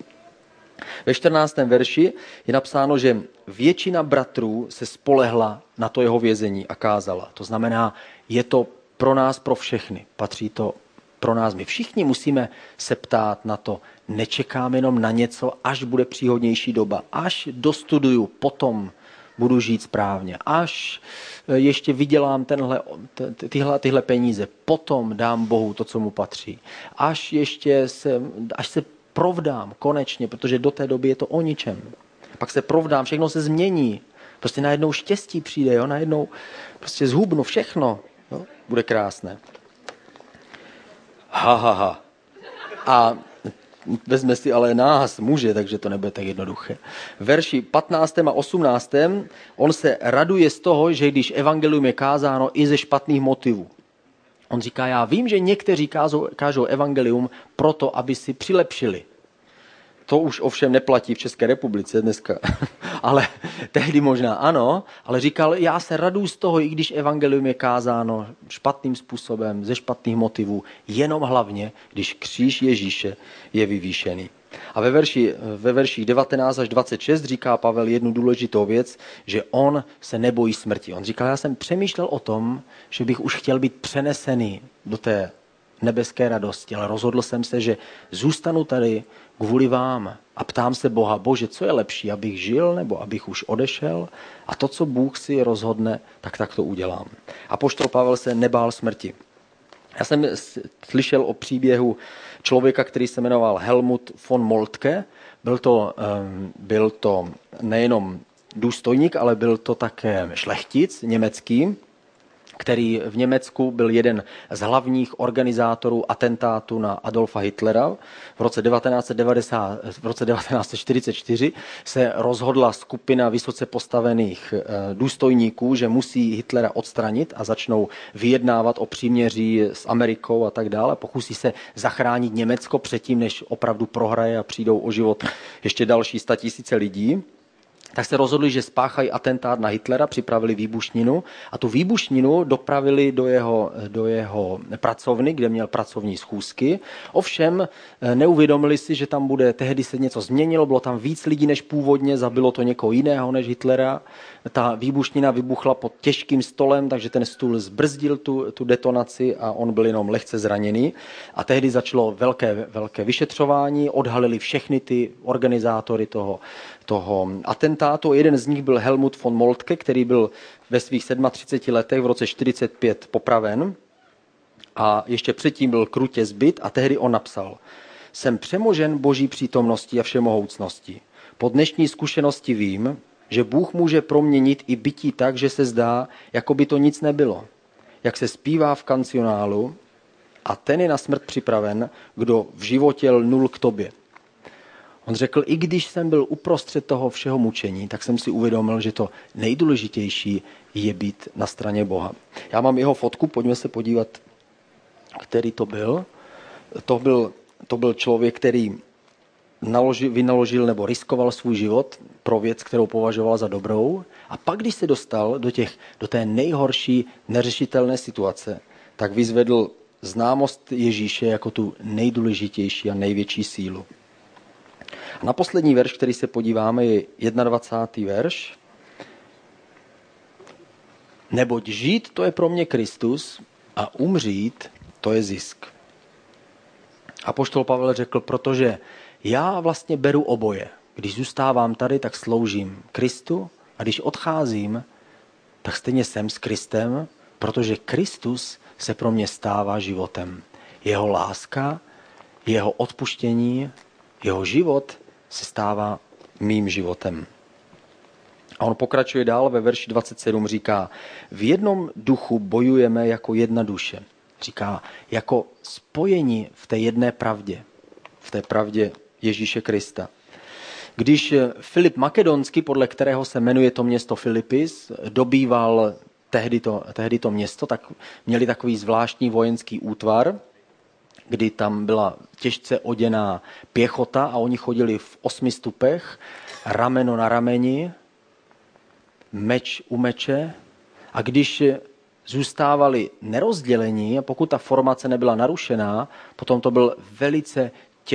Ve 14. verši je napsáno, že většina bratrů se spolehla na to jeho vězení a kázala. To znamená, je to pro nás, pro všechny. Patří to pro nás. My všichni musíme se ptát na to, nečekám jenom na něco, až bude příhodnější doba, až dostuduju, potom budu žít správně, až ještě vydělám tyhle peníze, potom dám Bohu to, co mu patří, až se provdám konečně, protože do té doby je to o ničem. Pak se provdám, všechno se změní, prostě najednou štěstí přijde, jo? Najednou prostě zhubnu všechno, jo? Bude krásné. A vezme si ale nás, muže, takže to nebude tak jednoduché. V verši 15. a 18. on se raduje z toho, že když evangelium je kázáno i ze špatných motivů. On říká, já vím, že někteří kážou evangelium proto, aby si přilepšili. To už ovšem neplatí v České republice dneska, ale tehdy možná ano, ale říkal, já se raduju z toho, i když evangelium je kázáno špatným způsobem, ze špatných motivů, jenom hlavně, když kříž Ježíše je vyvýšený. A ve verších 19 až 26 říká Pavel jednu důležitou věc, že on se nebojí smrti. On říkal, já jsem přemýšlel o tom, že bych už chtěl být přenesený do té nebeské radosti, ale rozhodl jsem se, že zůstanu tady kvůli vám a ptám se Boha, Bože, co je lepší, abych žil nebo abych už odešel? A to, co Bůh si rozhodne, tak to udělám. Apoštol Pavel se nebál smrti. Já jsem slyšel o příběhu člověka, který se jmenoval Helmut von Moltke. Byl to nejenom důstojník, ale byl to také šlechtic německý, který v Německu byl jeden z hlavních organizátorů atentátu na Adolfa Hitlera. V roce 1944 se rozhodla skupina vysoce postavených důstojníků, že musí Hitlera odstranit a začnou vyjednávat o příměří s Amerikou a tak dále. Pokusí se zachránit Německo předtím, než opravdu prohraje a přijdou o život ještě další 100 000 lidí. Tak se rozhodli, že spáchají atentát na Hitlera, připravili výbušninu a tu výbušninu dopravili do jeho pracovny, kde měl pracovní schůzky. Ovšem neuvědomili si, že tam bude, tehdy se něco změnilo, bylo tam víc lidí než původně, zabilo to někoho jiného než Hitlera. Ta výbušnina vybuchla pod těžkým stolem, takže ten stůl zbrzdil tu detonaci a on byl jenom lehce zraněný. A tehdy začalo velké vyšetřování, odhalili všechny ty organizátory toho atentátu. Jeden z nich byl Helmut von Moltke, který byl ve svých 37 letech v roce 1945 popraven a ještě předtím byl krutě zbyt a tehdy on napsal: Jsem přemožen Boží přítomností a všemohoucností. Po dnešní zkušenosti vím, že Bůh může proměnit i bytí tak, že se zdá, jako by to nic nebylo. Jak se zpívá v kancionálu, a ten je na smrt připraven, kdo v životě lnul k tobě. On řekl, i když jsem byl uprostřed toho všeho mučení, tak jsem si uvědomil, že to nejdůležitější je být na straně Boha. Já mám jeho fotku, pojďme se podívat, který to byl. To byl člověk, který vynaložil nebo riskoval svůj život pro věc, kterou považoval za dobrou. A pak, když se dostal do té nejhorší neřešitelné situace, tak vyzvedl známost Ježíše jako tu nejdůležitější a největší sílu. A na poslední verš, který se podíváme, je 21. verš. Neboť žít, to je pro mě Kristus, a umřít, to je zisk. Apoštol Pavel řekl, protože já vlastně beru oboje. Když zůstávám tady, tak sloužím Kristu, a když odcházím, tak stejně jsem s Kristem, protože Kristus se pro mě stává životem. Jeho láska, jeho odpuštění, jeho život se stává mým životem. A on pokračuje dál ve verši 27, říká, v jednom duchu bojujeme jako jedna duše. Říká, jako spojení v té jedné pravdě, v té pravdě Ježíše Krista. Když Filip Makedonský, podle kterého se jmenuje to město Filipis, dobýval tehdy to město, tak měli takový zvláštní vojenský útvar, kdy tam byla těžce oděná pěchota a oni chodili v 8 stupech, rameno na rameni, meč u meče, a když zůstávali nerozdělení a pokud ta formace nebyla narušená, potom to byl velice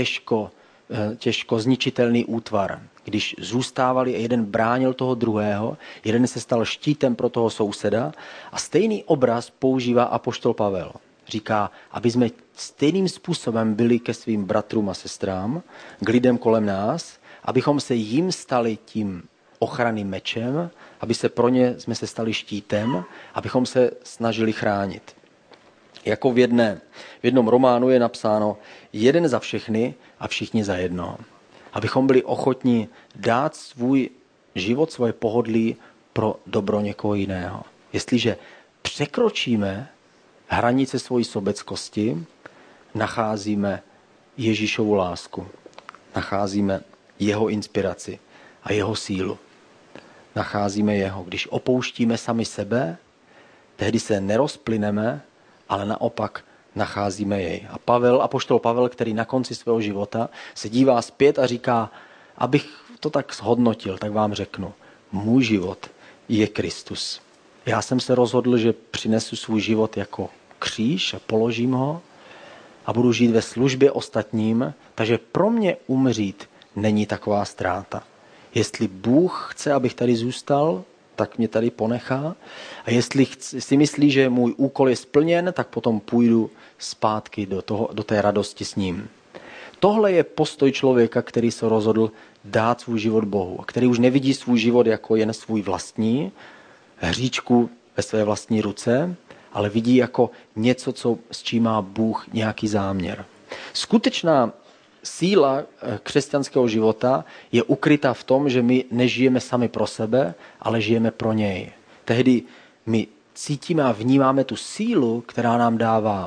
těžko zničitelný útvar. Když zůstávali a jeden bránil toho druhého, jeden se stal štítem pro toho souseda a stejný obraz používá apoštol Pavel. Říká, aby jsme stejným způsobem byli ke svým bratrům a sestrám, k lidem kolem nás, abychom se jim stali tím ochranným mečem, aby se pro ně jsme se stali štítem, abychom se snažili chránit. Jako v jednom románu je napsáno jeden za všechny a všichni za jednoho. Abychom byli ochotní dát svůj život, svoje pohodlí pro dobro někoho jiného. Jestliže překročíme hranice svojí sobeckosti, nacházíme Ježíšovu lásku, nacházíme jeho inspiraci a jeho sílu. Nacházíme jeho. Když opouštíme sami sebe, tehdy se nerozplyneme, ale naopak nacházíme jej. A apoštol Pavel, který na konci svého života se dívá zpět a říká, abych to tak zhodnotil, tak vám řeknu, můj život je Kristus. Já jsem se rozhodl, že přinesu svůj život jako kříž a položím ho a budu žít ve službě ostatním, takže pro mě umřít není taková ztráta. Jestli Bůh chce, abych tady zůstal, tak mě tady ponechá. A jestli si myslí, že můj úkol je splněn, tak potom půjdu zpátky do té radosti s ním. Tohle je postoj člověka, který se rozhodl dát svůj život Bohu. A který už nevidí svůj život jako jen svůj vlastní, hříčku ve své vlastní ruce, ale vidí jako něco, s čím má Bůh nějaký záměr. Skutečná síla křesťanského života je ukryta v tom, že my nežijeme sami pro sebe, ale žijeme pro něj. Tehdy my cítíme a vnímáme tu sílu, která nám dává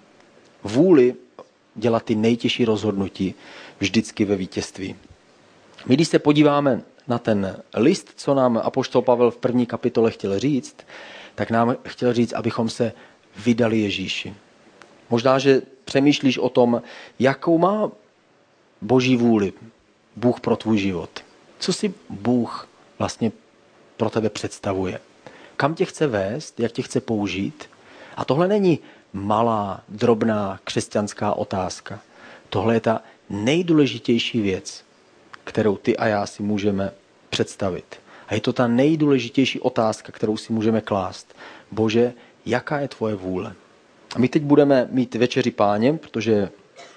vůli dělat ty nejtěžší rozhodnutí vždycky ve vítězství. My, když se podíváme na ten list, co nám apoštol Pavel v 1. kapitole chtěl říct, tak nám chtěl říct, abychom se vydali Ježíši. Možná, že přemýšlíš o tom, jakou má Boží vůli Bůh pro tvůj život. Co si Bůh vlastně pro tebe představuje? Kam tě chce vést, jak tě chce použít? A tohle není malá, drobná křesťanská otázka. Tohle je ta nejdůležitější věc, kterou ty a já si můžeme představit. A je to ta nejdůležitější otázka, kterou si můžeme klást. Bože, jaká je tvoje vůle? A my teď budeme mít večeři Páně, protože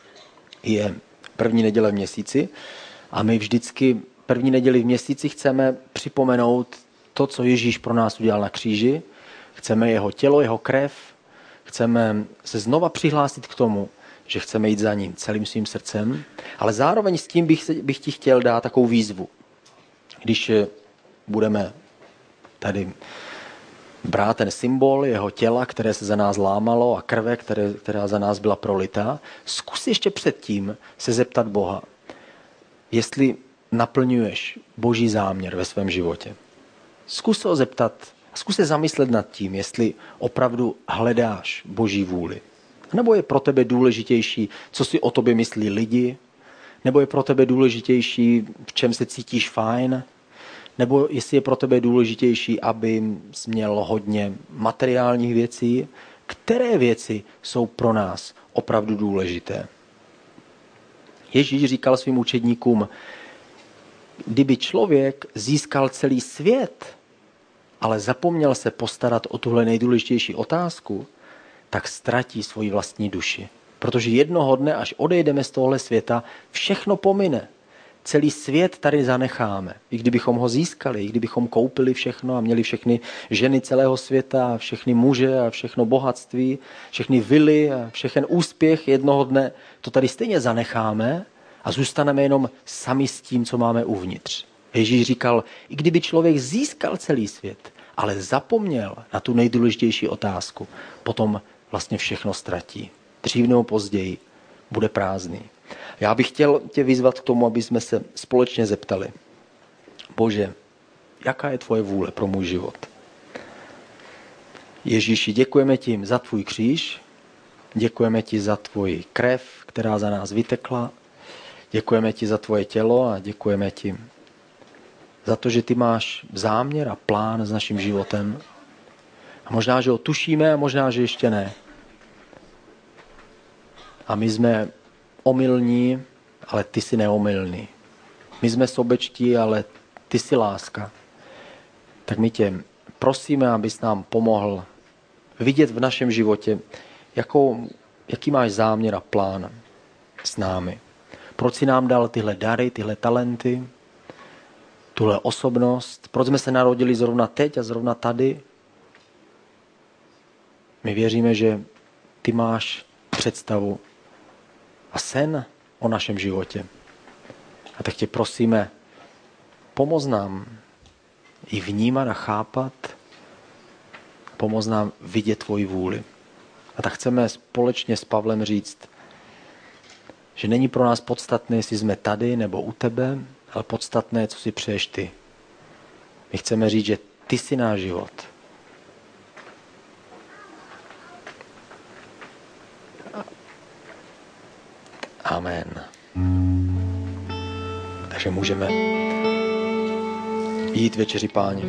je první neděle v měsíci a my vždycky první neděli v měsíci chceme připomenout to, co Ježíš pro nás udělal na kříži. Chceme jeho tělo, jeho krev, chceme se znova přihlásit k tomu, že chceme jít za ním celým svým srdcem, ale zároveň s tím bych ti chtěl dát takovou výzvu. Když budeme tady brát ten symbol jeho těla, které se za nás lámalo a krve, která za nás byla prolitá, zkus ještě předtím se zeptat Boha, jestli naplňuješ Boží záměr ve svém životě. Zkus se ho zeptat, zkus se zamyslet nad tím, jestli opravdu hledáš Boží vůli. Nebo je pro tebe důležitější, co si o tobě myslí lidi, nebo je pro tebe důležitější, v čem se cítíš fajn, nebo jestli je pro tebe důležitější, aby jsi měl hodně materiálních věcí, které věci jsou pro nás opravdu důležité. Ježíš říkal svým učedníkům, kdyby člověk získal celý svět, ale zapomněl se postarat o tuhle nejdůležitější otázku, tak ztratí svoji vlastní duši. Protože jednoho dne, až odejdeme z tohle světa, všechno pomine. Celý svět tady zanecháme. I kdybychom ho získali, i kdybychom koupili všechno a měli všechny ženy celého světa, a všechny muže a všechno bohatství, všechny vily a všechen úspěch, jednoho dne to tady stejně zanecháme a zůstaneme jenom sami s tím, co máme uvnitř. Ježíš říkal, i kdyby člověk získal celý svět, ale zapomněl na tu nejdůležitější otázku, potom vlastně všechno ztratí. Dřív nebo později bude prázdný. Já bych chtěl tě vyzvat k tomu, aby jsme se společně zeptali. Bože, jaká je tvoje vůle pro můj život? Ježíši, děkujeme ti za tvůj kříž, děkujeme ti za tvoji krev, která za nás vytekla, děkujeme ti za tvoje tělo a děkujeme ti za to, že ty máš záměr a plán s naším životem. A možná, že ho tušíme a možná, že ještě ne. A my jsme omylní, ale ty jsi neomylný. My jsme sobečtí, ale ty jsi láska. Tak my tě prosíme, abys nám pomohl vidět v našem životě, jaký máš záměr a plán s námi. Proč jsi nám dal tyhle dary, tyhle talenty, tuhle osobnost, proč jsme se narodili zrovna teď a zrovna tady. My věříme, že ty máš představu a sen o našem životě. A tak tě prosíme, pomoz nám i vnímat a chápat, pomoz nám vidět tvoji vůli. A tak chceme společně s Pavlem říct, že není pro nás podstatné, jestli jsme tady nebo u tebe, ale podstatné, co si přeješ ty. My chceme říct, že ty jsi náš život. Amen. Takže můžeme jít večeři Páně.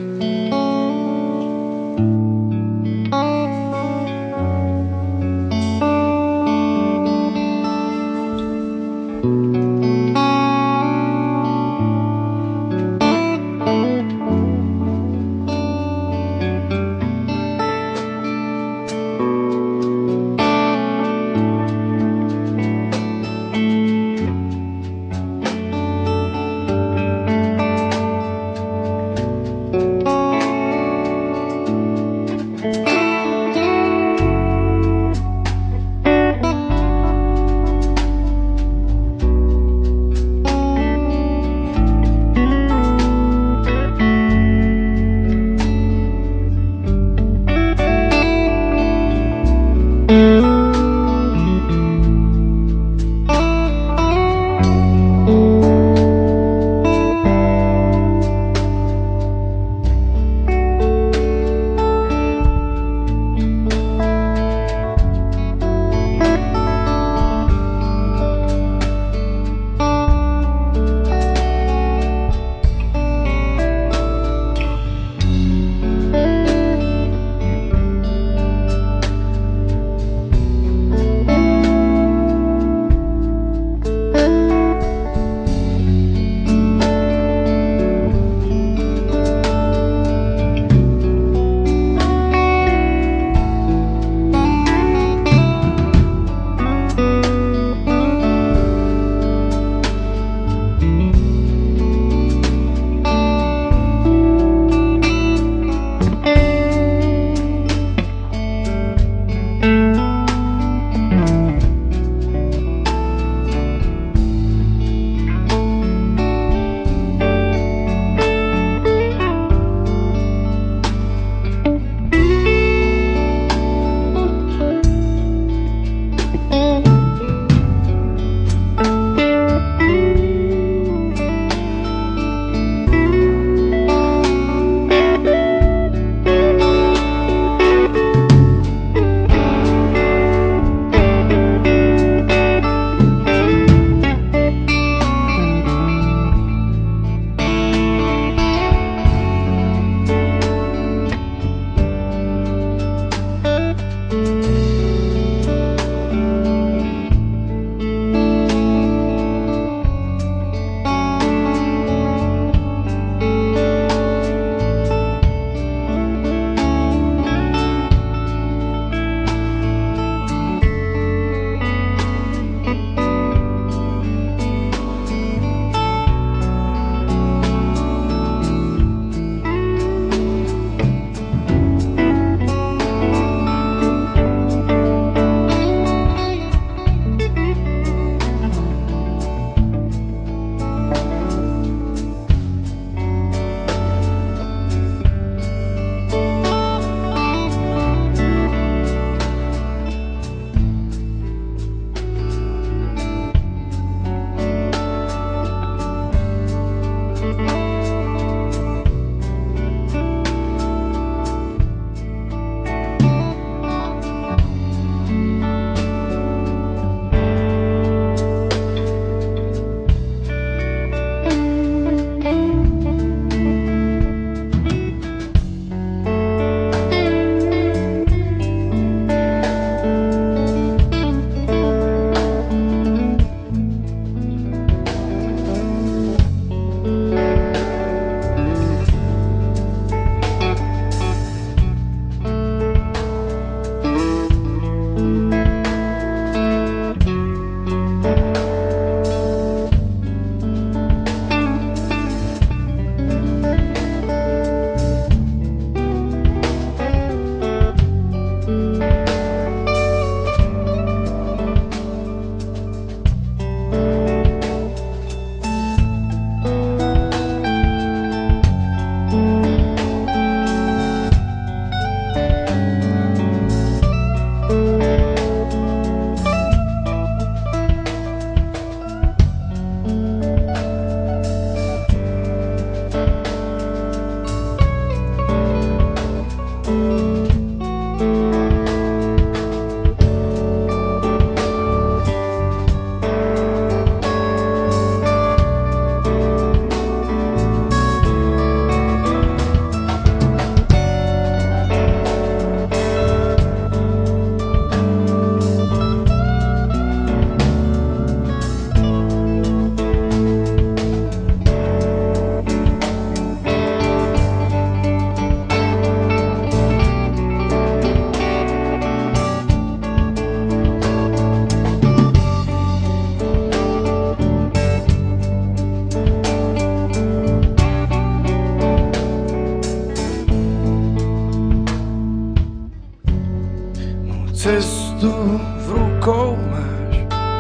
v rukou máš,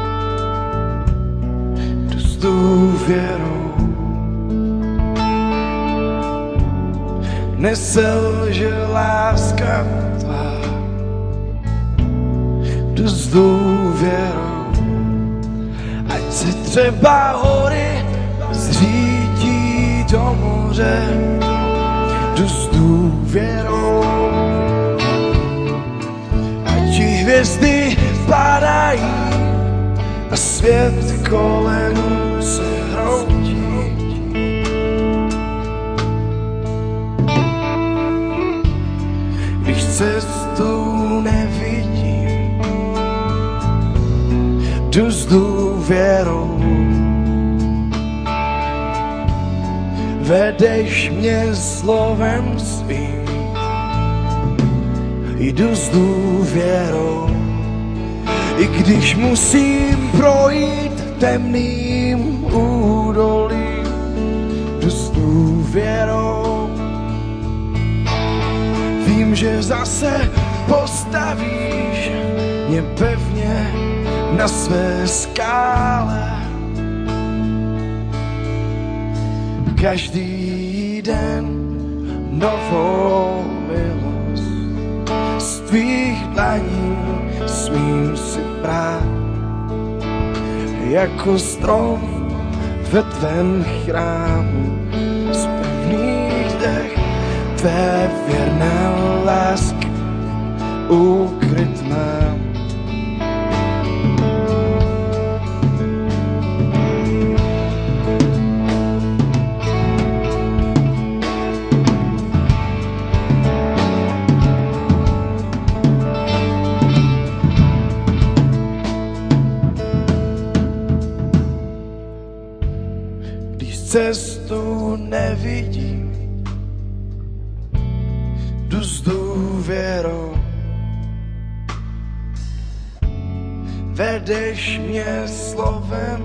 jdu s důvěrou. Neselže láska tvá, jdu s důvěrou. Ať se třeba hory zřítí do moře, jdu s důvěrou. Ať ti hvězdy padají a svět kolem se hroutí. Když cestu nevidím, jdu s důvěrou. Vedeš mě slovem svým, jdu s důvěrou. I když musím projít temným údolím, jdu s důvěrou. Vím, že zase postavíš mě pevně na své skále. Každý den novou milost z tvých dlaní smím si brát. Jako strom ve tvém chrámu z pevných dech tvé věrné lásky ukryt mám. Cestu nevidím, jdu s důvěrou. Vedeš mě slovem,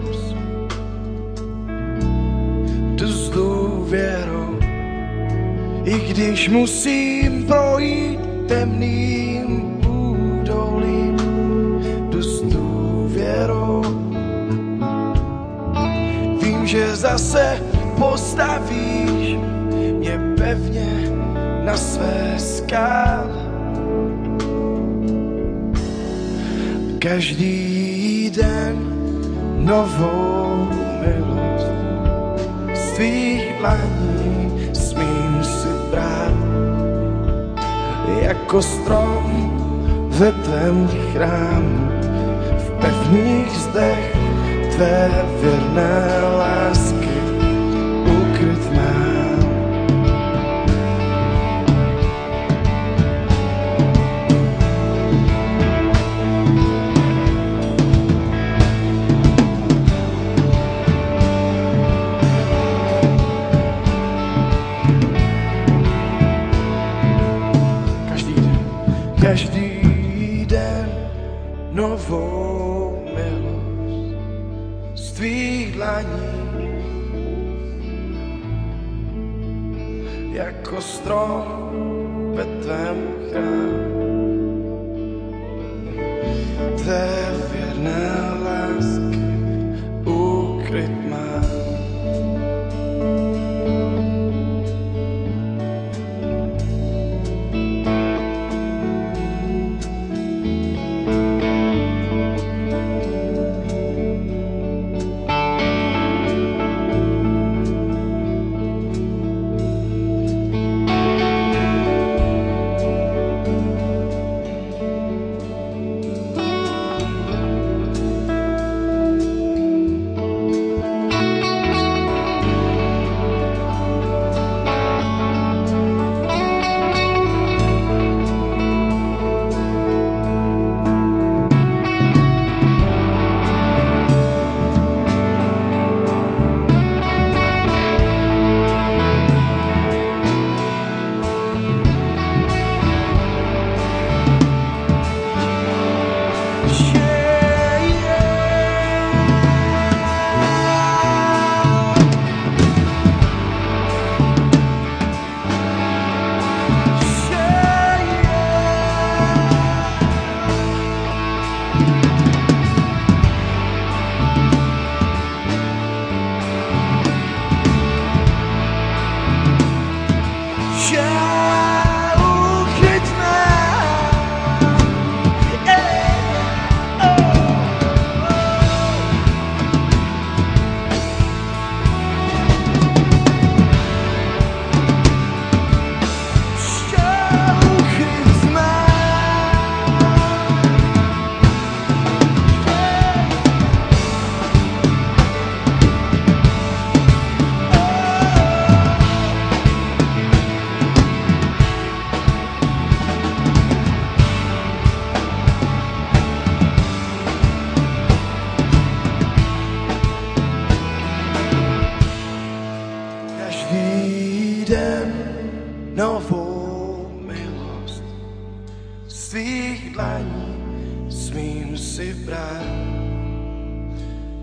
jdu s důvěrou. I když musím projít temným údolím, jdu s důvěrou. Že zase postavíš mě pevně na své skále. Každý den novou milost z tvých dlaní smím si brát. Jako strom ve tvém chrámu v pevných zdech tvé věrné lásky ukryt mám. Každý den novou milost z tvých dlaní, jako strom ve tvém chrámu, tvé věrné lásky ukryt mám.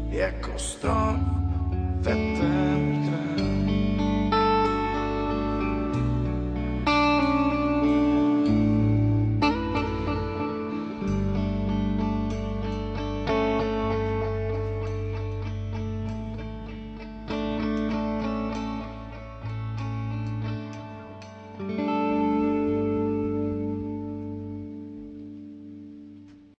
jako strom ve tvém